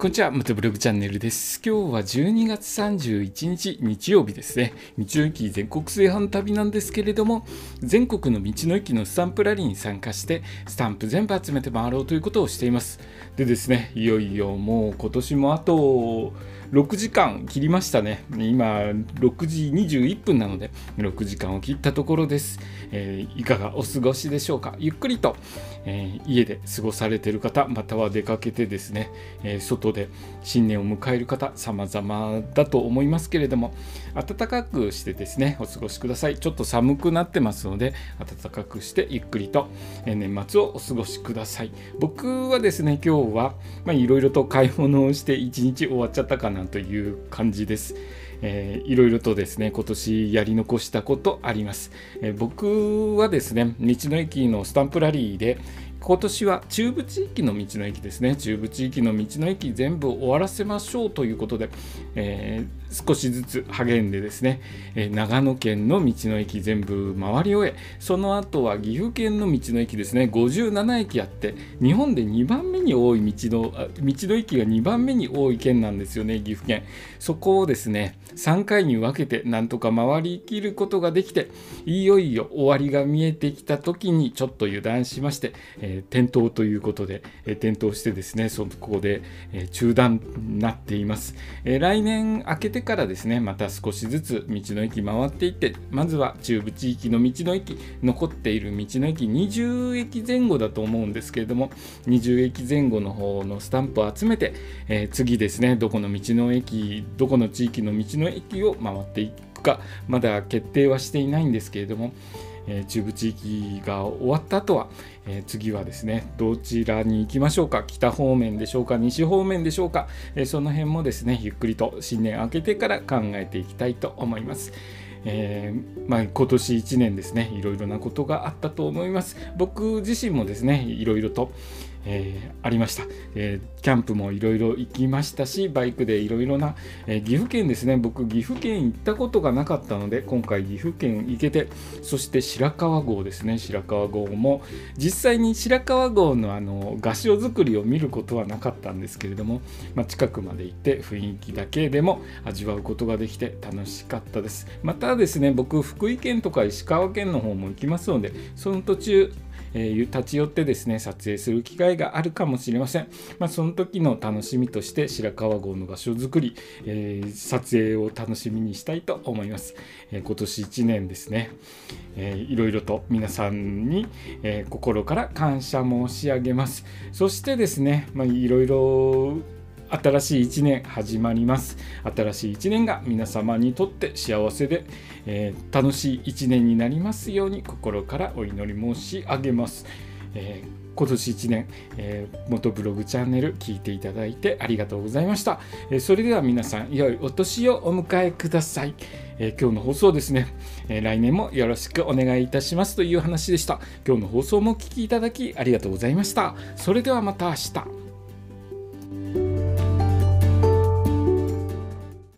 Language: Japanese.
こんにちは、元ブログチャンネルです。今日は12月31日日曜日ですね。道の駅全国制覇旅なんですけれども、全国の道の駅のスタンプラリーに参加して、スタンプ全部集めて回ろうということをしています。でですね、いよいよもう今年もあと6時間切りましたね。今6時21分なので6時間を切ったところです。いかがお過ごしでしょうか。ゆっくりと、家で過ごされている方、または出かけてですね、外で新年を迎える方様々だと思いますけれども、暖かくしてですねお過ごしください。ちょっと寒くなってますので暖かくしてゆっくりと年末をお過ごしください。僕はですね今日はいろいろと買い物をして一日終わっちゃったかなという感じです。いろいろとですね今年やり残したことあります。僕はですね道の駅のスタンプラリーで今年は中部地域の道の駅ですね、中部地域の道の駅全部終わらせましょうということで、少しずつ励んでですね、長野県の道の駅全部回り終え、その後は岐阜県の道の駅ですね、57駅あって、日本で2番目に多い道の駅が2番目に多い県なんですよね、岐阜県。そこをですね、3回に分けてなんとか回りきることができて、いよいよ終わりが見えてきた時にちょっと油断しまして、転倒ということで、転倒してですねそこで、中断になっています。来年明けてからですねまた少しずつ道の駅回っていって、まずは中部地域の道の駅、残っている道の駅20駅前後だと思うんですけれども、20駅前後の方のスタンプを集めて、次ですねどこの道の駅、どこの地域の道の駅を回っていくかまだ決定はしていないんですけれども、中部地域が終わった後は、次はですねどちらに行きましょうか。北方面でしょうか、西方面でしょうか、その辺もですねゆっくりと新年明けてから考えていきたいと思います。今年1年ですねいろいろなことがあったと思います。僕自身もですねいろいろとありました。キャンプもいろいろ行きましたし、バイクでいろいろな、岐阜県ですね、僕岐阜県行ったことがなかったので今回岐阜県行けて、そして白川郷ですね、白川郷も実際に白川郷の合掌造りを見ることはなかったんですけれども、近くまで行って雰囲気だけでも味わうことができて楽しかったです。またですね僕福井県とか石川県の方も行きますので、その途中立ち寄ってですね撮影する機会があるかもしれません。その時の楽しみとして白川郷の合掌造り、撮影を楽しみにしたいと思います。今年1年ですね、いろいろと皆さんに、心から感謝申し上げます。そしてですね、いろいろ新しい1年始まります。新しい1年が皆様にとって幸せで、楽しい1年になりますように心からお祈り申し上げます。今年1年、元ブログチャンネル聞いていただいてありがとうございました。それでは皆さん良いお年をお迎えください。今日の放送ですね、来年もよろしくお願いいたしますという話でした。今日の放送もお聞きいただきありがとうございました。それではまた明日。